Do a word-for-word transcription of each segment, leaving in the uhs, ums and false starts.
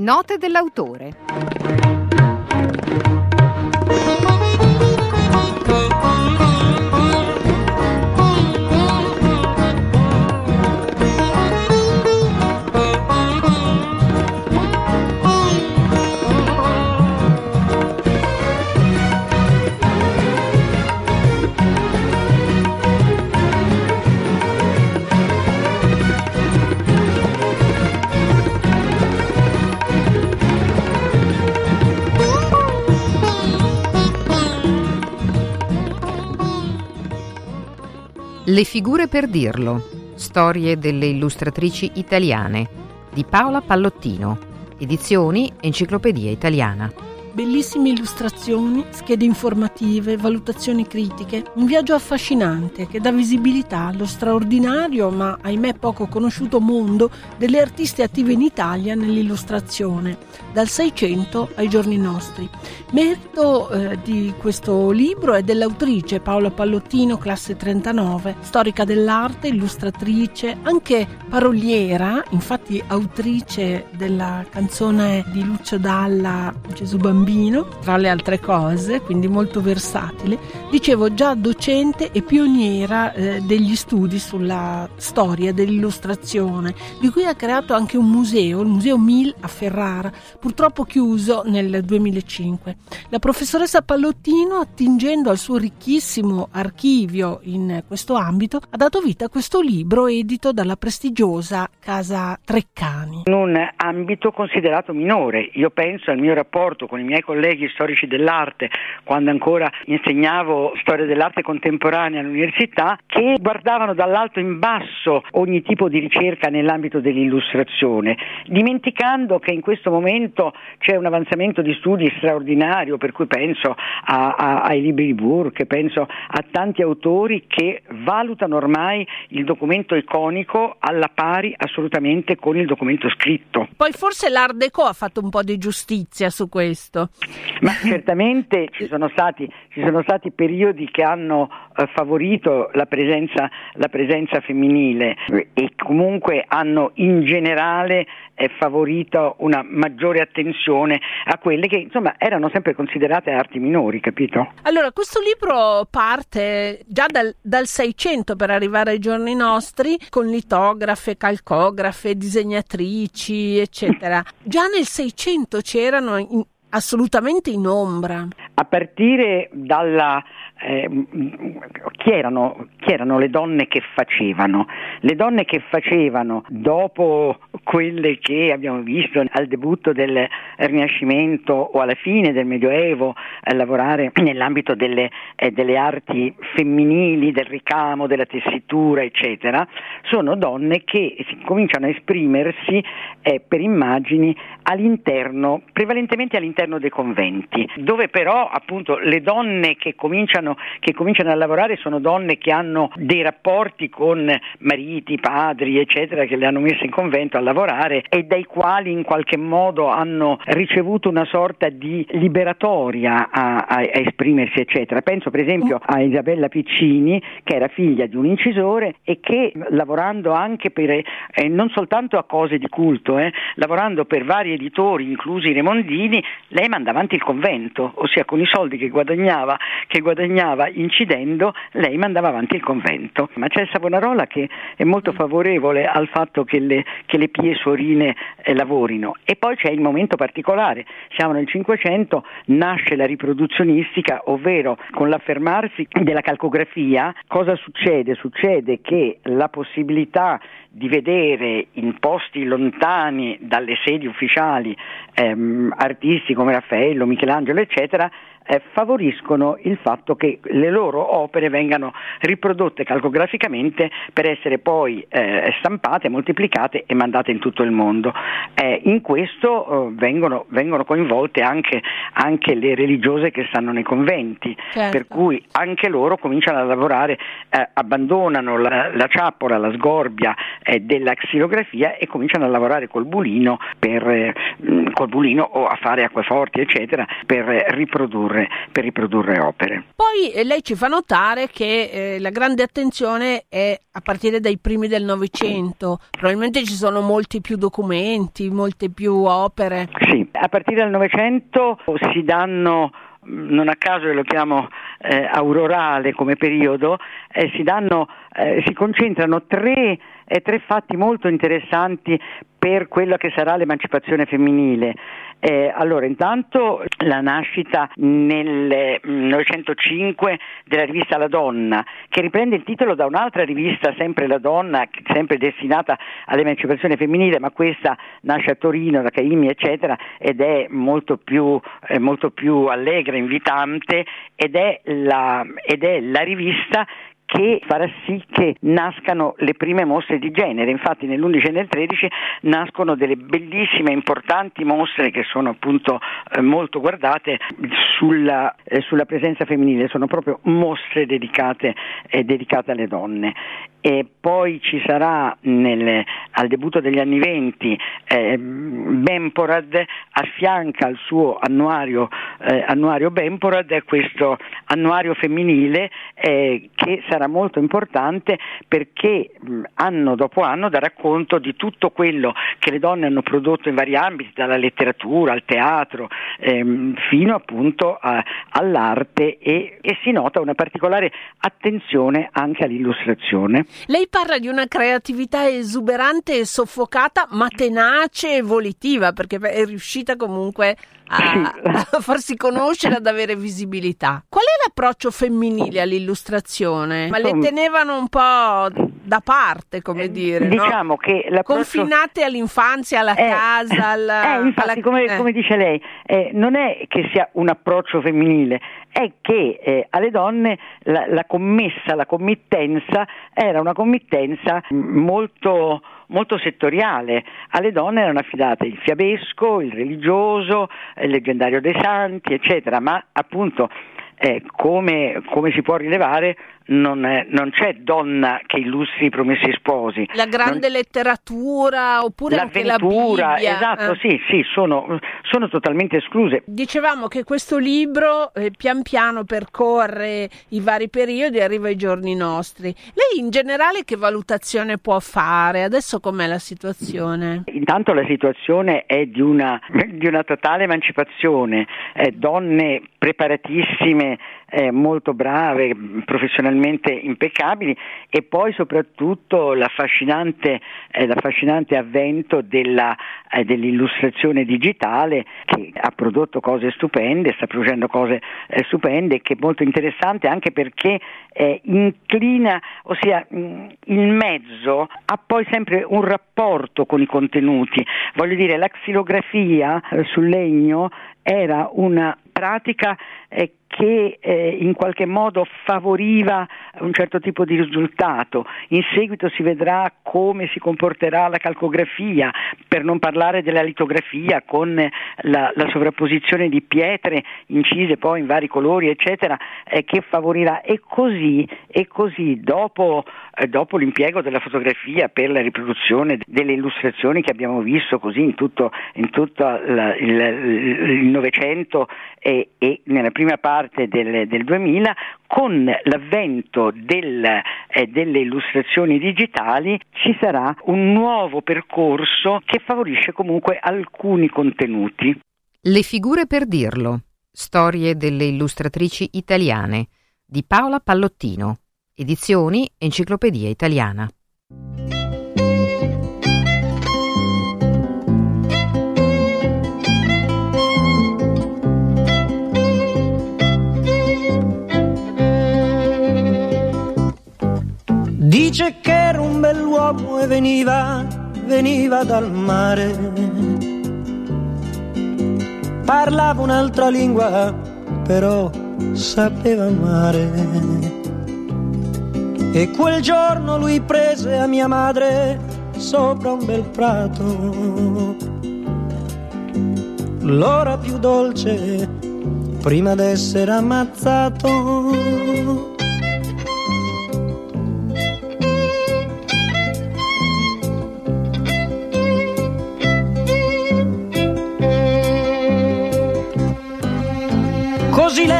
Note dell'autore. Le figure per dirlo. Storie delle illustratrici italiane di Paola Pallottino. Edizioni Enciclopedia Italiana. Bellissime illustrazioni, schede informative, valutazioni critiche, un viaggio affascinante che dà visibilità allo straordinario ma ahimè poco conosciuto mondo delle artiste attive in Italia nell'illustrazione, dal Seicento ai giorni nostri. Merito eh, di questo libro è dell'autrice Paola Pallottino, classe trentanove, storica dell'arte, illustratrice, anche paroliera, infatti autrice della canzone di Lucio Dalla, Gesù Bambino, tra le altre cose, quindi molto versatile. Dicevo, già docente e pioniera eh, degli studi sulla storia dell'illustrazione, di cui ha creato anche un museo, il Museo Mil a Ferrara, purtroppo chiuso nel duemilacinque. La professoressa Pallottino, attingendo al suo ricchissimo archivio in questo ambito, ha dato vita a questo libro edito dalla prestigiosa Casa Treccani. In un ambito considerato minore, io penso al mio rapporto con i miei colleghi storici dell'arte, quando ancora insegnavo storia dell'arte contemporanea all'università, che guardavano dall'alto in basso ogni tipo di ricerca nell'ambito dell'illustrazione, dimenticando che in questo momento c'è un avanzamento di studi straordinario, per cui penso a, a, ai libri di Burke, penso a tanti autori che valutano ormai il documento iconico alla pari assolutamente con il documento scritto. Poi forse l'Art Déco ha fatto un po' di giustizia su questo. Ma certamente ci sono stati ci sono stati periodi che hanno eh, favorito la presenza la presenza femminile e comunque hanno in generale eh, favorito una maggiore attenzione a quelle che insomma erano sempre considerate arti minori, capito? Allora, questo libro parte già dal, dal Seicento per arrivare ai giorni nostri, con litografe, calcografe, disegnatrici, eccetera. Già nel Seicento c'erano in, assolutamente in ombra. A partire dalla eh, chi erano chi erano le donne che facevano le donne che facevano dopo quelle che abbiamo visto al debutto del Rinascimento o alla fine del Medioevo a lavorare nell'ambito delle, eh, delle arti femminili, del ricamo, della tessitura, eccetera, sono donne che si cominciano a esprimersi eh, per immagini all'interno, prevalentemente all'interno dei conventi, dove però appunto le donne che cominciano che cominciano a lavorare sono donne che hanno dei rapporti con mariti, padri, eccetera, che le hanno messe in convento a lavorare e dai quali in qualche modo hanno ricevuto una sorta di liberatoria a, a, a esprimersi, eccetera. Penso per esempio a Isabella Piccini, che era figlia di un incisore e che lavorando anche per eh, non soltanto a cose di culto, eh, lavorando per vari editori, inclusi i Remondini, lei manda avanti il convento, ossia con i soldi che guadagnava, che guadagnava incidendo, lei mandava avanti il convento. Ma c'è il Savonarola che è molto favorevole al fatto che le, che le pie suorine eh, lavorino. E poi c'è il momento particolare, siamo nel Cinquecento, nasce la riproduzionistica, ovvero con l'affermarsi della calcografia, cosa succede? Succede che la possibilità di vedere in posti lontani dalle sedi ufficiali ehm, artisti come Raffaello, Michelangelo, eccetera, eh, favoriscono il fatto che le loro opere vengano riprodotte calcograficamente per essere poi eh, stampate, moltiplicate e mandate in tutto il mondo. Eh, in questo eh, vengono, vengono coinvolte anche, anche le religiose che stanno nei conventi, certo. Per cui anche loro cominciano a lavorare, eh, abbandonano la, la ciappola, la sgorbia eh, della xilografia e cominciano a lavorare col bulino, per, eh, col bulino o a fare acquaforti, eccetera, per riprodurre riprodurre, per riprodurre opere. Poi eh, lei ci fa notare che eh, la grande attenzione è a partire dai primi del Novecento, probabilmente ci sono molti più documenti, molte più opere. Sì, a partire dal Novecento si danno, non a caso lo chiamo eh, aurorale come periodo, eh, si danno, eh, si concentrano tre, eh, tre fatti molto interessanti per quella che sarà l'emancipazione femminile. Eh, allora, intanto la nascita nel millenovecentocinque della rivista La Donna, che riprende il titolo da un'altra rivista, sempre La Donna, sempre destinata all'emancipazione femminile, ma questa nasce a Torino, da Caimi, eccetera, ed è molto più, eh, molto più allegra, invitante, ed è la, ed è la rivista che farà sì che nascano le prime mostre di genere. Infatti nell'undici e nel tredici nascono delle bellissime e importanti mostre che sono appunto eh, molto guardate sulla, eh, sulla presenza femminile, sono proprio mostre dedicate, eh, dedicate alle donne. E poi ci sarà nel, al debutto degli anni venti eh, Bemporad affianca al suo annuario, eh, annuario Bemporad questo annuario femminile eh, che sarà molto importante perché mh, anno dopo anno dà racconto di tutto quello che le donne hanno prodotto in vari ambiti, dalla letteratura al teatro ehm, fino appunto a, all'arte e, e si nota una particolare attenzione anche all'illustrazione. Lei parla di una creatività esuberante e soffocata, ma tenace e volitiva, perché è riuscita comunque a, a farsi conoscere, ad avere visibilità. Qual è l'approccio femminile all'illustrazione? Ma le tenevano un po' da parte, come dire, diciamo, no? Che l'approccio... confinate all'infanzia, alla eh, casa, alla... Eh, infatti, alla... come, eh. come dice lei, eh, non è che sia un approccio femminile, è che eh, alle donne la, la commessa, la committenza era una committenza molto molto settoriale. Alle donne erano affidate il fiabesco, il religioso, il leggendario dei santi, eccetera, ma appunto eh, come, come si può rilevare non, è, non c'è donna che illustri i Promessi Sposi. La grande non... letteratura, oppure anche la Bibbia. Esatto, eh. sì, sì, sono, sono totalmente escluse. Dicevamo che questo libro eh, pian piano percorre i vari periodi e arriva ai giorni nostri. Lei in generale che valutazione può fare? Adesso com'è la situazione? Intanto la situazione è di una, di una totale emancipazione, eh, donne preparatissime, eh, molto brave, professionalmente impeccabili, e poi soprattutto l'affascinante, eh, l'affascinante avvento della, eh, dell'illustrazione digitale, che ha prodotto cose stupende, sta producendo cose eh, stupende, che è molto interessante anche perché eh, inclina, ossia mh, il mezzo ha poi sempre un rapporto con i contenuti. Voglio dire, la xilografia eh, sul legno era una pratica eh, che eh, in qualche modo favoriva un certo tipo di risultato. In seguito si vedrà come si comporterà la calcografia, per non parlare della litografia con la, la sovrapposizione di pietre incise poi in vari colori, eccetera, eh, che favorirà. E così, e così dopo, eh, dopo l'impiego della fotografia per la riproduzione delle illustrazioni che abbiamo visto così in tutto, in tutto la, il, il Novecento e, e nella prima parte Del, del duemila, con l'avvento del, eh, delle illustrazioni digitali ci sarà un nuovo percorso che favorisce comunque alcuni contenuti. Le figure per dirlo. Storie delle illustratrici italiane di Paola Pallottino. Edizioni Enciclopedia Italiana. Dice che era un bell'uomo e veniva, veniva dal mare. Parlava un'altra lingua, però sapeva amare. E quel giorno lui prese a mia madre sopra un bel prato, l'ora più dolce prima d'essere ammazzato. Così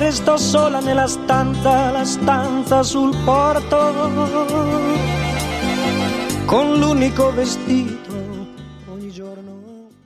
resto sola nella stanza, la stanza sul porto, con l'unico vestito ogni giorno